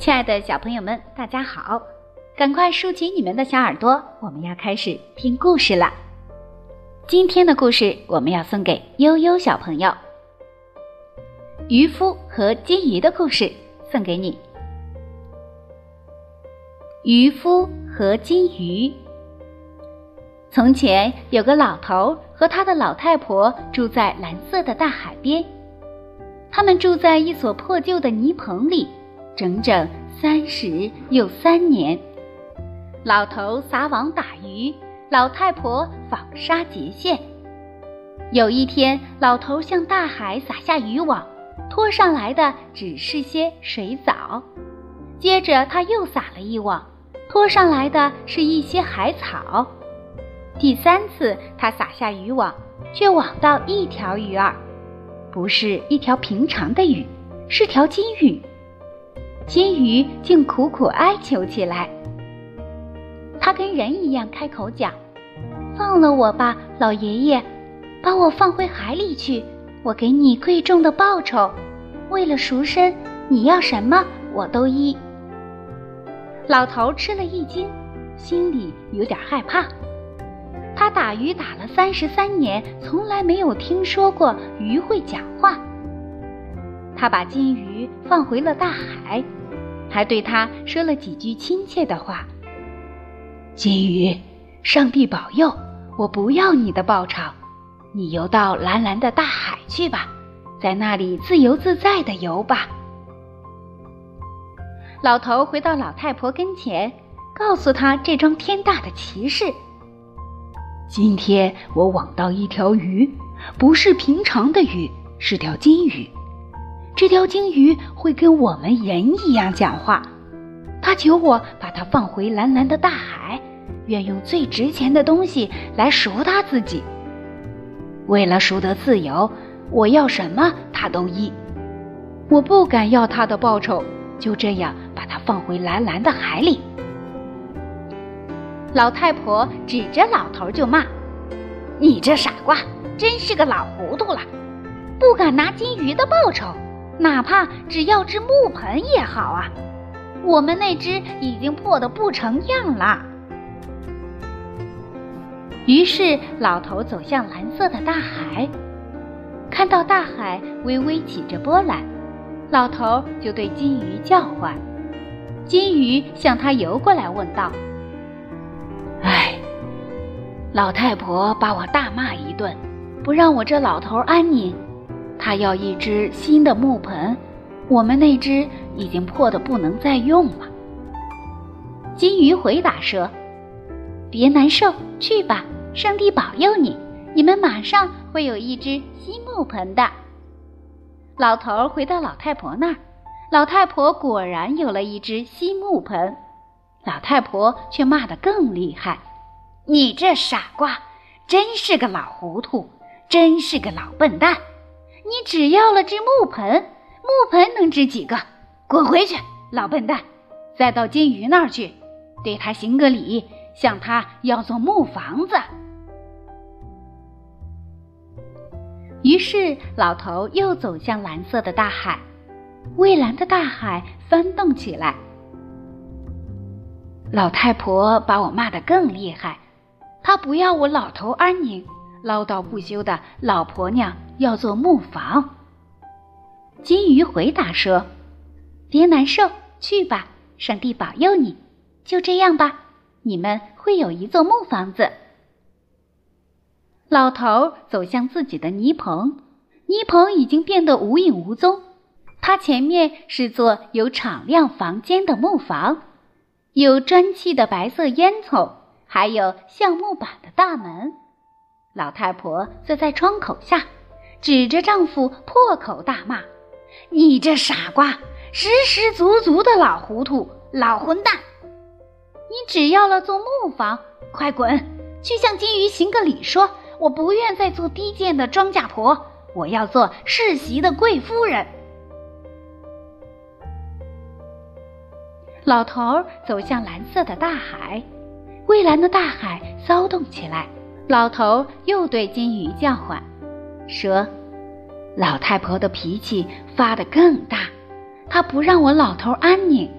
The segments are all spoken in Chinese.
亲爱的小朋友们，大家好！赶快竖起你们的小耳朵，我们要开始听故事了。今天的故事我们要送给悠悠小朋友。渔夫和金鱼的故事送给你。渔夫和金鱼。从前有个老头和他的老太婆住在蓝色的大海边，他们住在一所破旧的泥棚里，整整30又3年。老头撒网打鱼，老太婆纺纱结线。有一天，老头向大海撒下渔网，拖上来的只是些水藻。接着他又撒了一网，拖上来的是一些海草。第3次他撒下渔网，却网到一条鱼儿，不是一条平常的鱼，是条金鱼。金鱼竟苦苦哀求起来，他跟人一样开口讲：放了我吧，老爷爷，把我放回海里去，我给你贵重的报酬，为了赎身，你要什么我都依。老头吃了一惊，心里有点害怕。他打鱼打了33年，从来没有听说过鱼会讲话。他把金鱼放回了大海，还对他说了几句亲切的话。金鱼，上帝保佑，我不要你的报酬，你游到蓝蓝的大海去吧，在那里自由自在地游吧。老头回到老太婆跟前，告诉她这桩天大的奇事。今天我网到一条鱼，不是平常的鱼，是条金鱼。这条金鱼会跟我们人一样讲话，他求我把它放回蓝蓝的大海，愿用最值钱的东西来赎他自己。为了赎得自由，我要什么他都依。我不敢要他的报酬，就这样把它放回蓝蓝的海里。老太婆指着老头就骂：你这傻瓜，真是个老糊涂了，不敢拿金鱼的报酬，哪怕只要只木盆也好啊，我们那只已经破得不成样了。于是老头走向蓝色的大海，看到大海微微起着波澜，老头就对金鱼叫唤。金鱼向他游过来问道：哎，老太婆把我大骂一顿，不让我这老头安宁。他要一只新的木盆，我们那只已经破得不能再用了。金鱼回答说：别难受，去吧，上帝保佑你，你们马上会有一只新木盆的。老头回到老太婆那儿，老太婆果然有了一只新木盆，老太婆却骂得更厉害：你这傻瓜，真是个老糊涂，真是个老笨蛋，你只要了只木盆，木盆能值几个？滚回去，老笨蛋！再到金鱼那儿去，对他行个礼，向他要座木房子。于是老头又走向蓝色的大海，蔚蓝的大海翻动起来。老太婆把我骂得更厉害，她不要我老头安宁，唠叨不休的老婆娘要做木房。金鱼回答说：别难受，去吧，上帝保佑你，就这样吧，你们会有一座木房子。老头走向自己的泥棚，泥棚已经变得无影无踪，他前面是座有敞亮房间的木房，有砖砌的白色烟囱，还有橡木板的大门。老太婆坐在窗口下，指着丈夫破口大骂：你这傻瓜，实实足足的老糊涂，老混蛋！你只要了座木房，快滚，去向金鱼行个礼，说我不愿再做低贱的庄稼婆，我要做世袭的贵夫人。老头走向蓝色的大海，蔚蓝的大海骚动起来。老头又对金鱼叫唤，说：老太婆的脾气发得更大，她不让我老头安宁，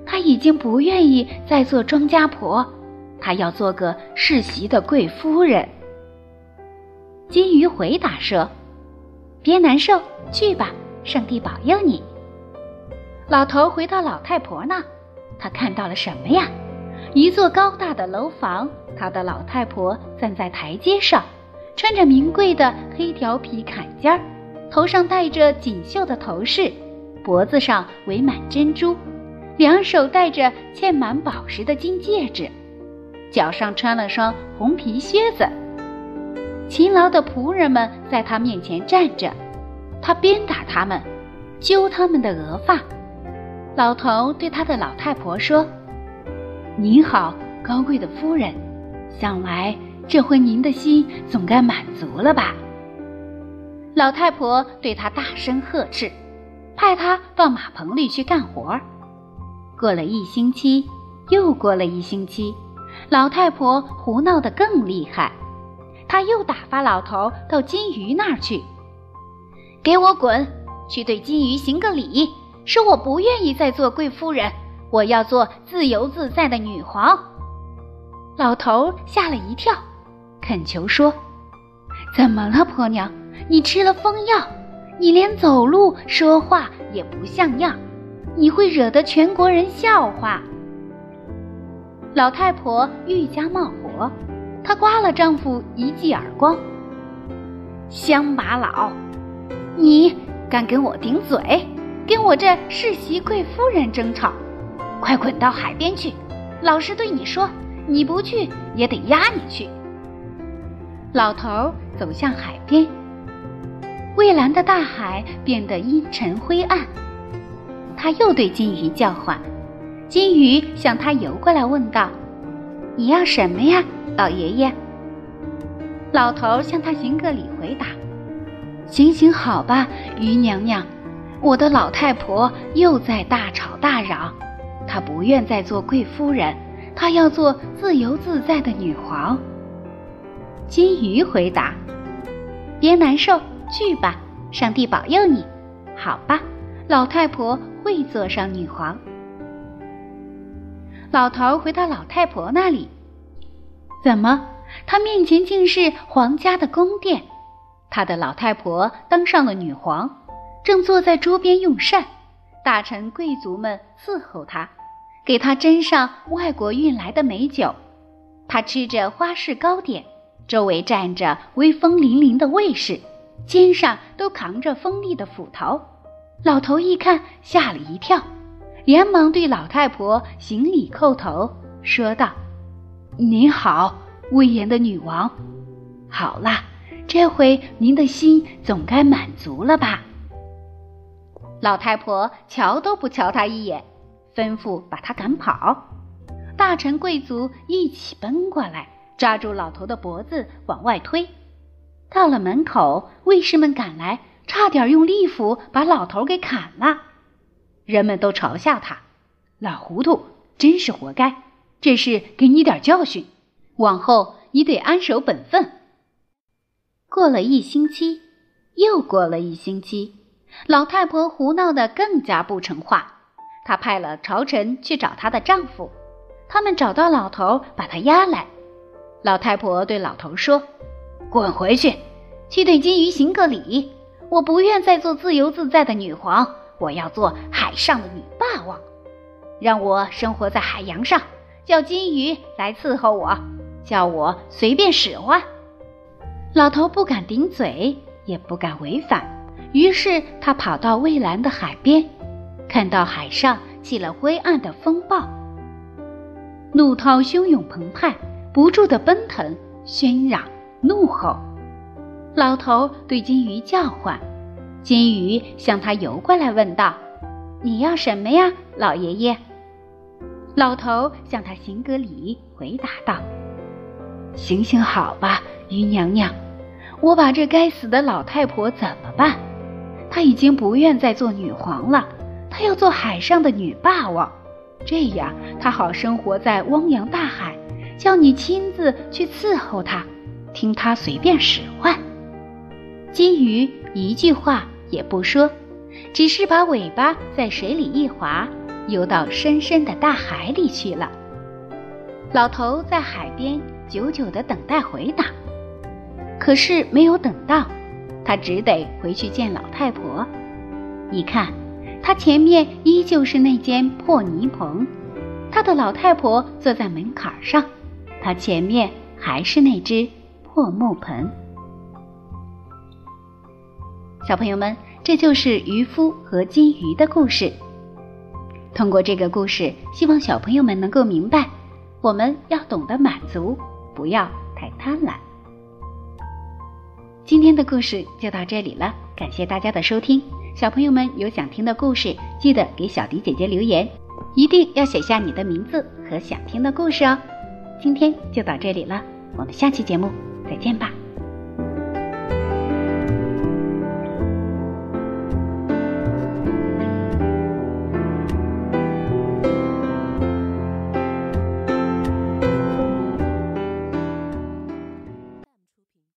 她已经不愿意再做庄稼婆，她要做个世袭的贵夫人。金鱼回答说：别难受，去吧，上帝保佑你。老头回到老太婆那，他看到了什么呀？一座高大的楼房，他的老太婆站在台阶上，穿着名贵的黑貂皮坎肩儿，头上戴着锦绣的头饰，脖子上围满珍珠，两手戴着嵌满宝石的金戒指，脚上穿了双红皮靴子。勤劳的仆人们在他面前站着，他鞭打他们，揪他们的额发。老头对他的老太婆说：您好，高贵的夫人，想来这回您的心总该满足了吧。老太婆对他大声呵斥，派他到马棚里去干活。过了1星期，又过了1星期，老太婆胡闹得更厉害，她又打发老头到金鱼那儿去。给我滚，去对金鱼行个礼，说我不愿意再做贵夫人，我要做自由自在的女皇。老头吓了一跳，恳求说：怎么了，婆娘？你吃了疯药，你连走路说话也不像样，你会惹得全国人笑话。老太婆愈加冒火，她刮了丈夫一记耳光。乡巴佬，你敢跟我顶嘴，跟我这世袭贵夫人争吵，快滚到海边去，老实对你说，你不去也得押你去。老头走向海边，蔚蓝的大海变得阴沉灰暗，他又对金鱼叫唤，金鱼向他游过来问道：你要什么呀，老爷爷？老头向他行个礼，回答：行行好吧，鱼娘娘，我的老太婆又在大吵大嚷，她不愿再做贵夫人，她要做自由自在的女皇。金鱼回答：别难受，去吧，上帝保佑你。好吧，老太婆会做上女皇。老头回到老太婆那里，怎么，他面前竟是皇家的宫殿，他的老太婆当上了女皇，正坐在桌边用膳，大臣贵族们伺候她，给她斟上外国运来的美酒。她吃着花式糕点，周围站着威风凛凛的卫士，肩上都扛着锋利的斧头。老头一看，吓了一跳，连忙对老太婆行礼叩头，说道：您好，威严的女王。好啦，这回您的心总该满足了吧。老太婆瞧都不瞧他一眼，吩咐把他赶跑。大臣贵族一起奔过来，抓住老头的脖子往外推。到了门口，卫士们赶来，差点用利斧把老头给砍了。人们都嘲笑他：老糊涂，真是活该，这是给你点教训，往后你得安守本分。过了1星期，又过了1星期，老太婆胡闹得更加不成话。她派了朝臣去找她的丈夫，他们找到老头，把他押来。老太婆对老头说：滚回去，去对金鱼行个礼，我不愿再做自由自在的女皇，我要做海上的女霸王，让我生活在海洋上，叫金鱼来伺候我，叫我随便使唤。老头不敢顶嘴，也不敢违反，于是他跑到蔚蓝的海边，看到海上起了灰暗的风暴，怒涛汹涌澎湃，不住地奔腾、喧嚷、怒吼。老头对金鱼叫唤，金鱼向他游过来问道：你要什么呀，老爷爷？老头向他行个礼，回答道：行行好吧，鱼娘娘，我把这该死的老太婆怎么办？她已经不愿再做女皇了，她要做海上的女霸王，这样她好生活在汪洋大海，叫你亲自去伺候她，听她随便使唤。金鱼一句话也不说，只是把尾巴在水里一划， 游到深深的大海里去了。老头在海边久久地等待回答，可是没有等到，他只得回去见老太婆。一看，他前面依旧是那间破泥棚，他的老太婆坐在门槛上，他前面还是那只破木盆。小朋友们，这就是渔夫和金鱼的故事。通过这个故事，希望小朋友们能够明白，我们要懂得满足，不要太贪婪。今天的故事就到这里了，感谢大家的收听。小朋友们有想听的故事，记得给小迪姐姐留言，一定要写下你的名字和想听的故事哦。今天就到这里了，我们下期节目再见吧。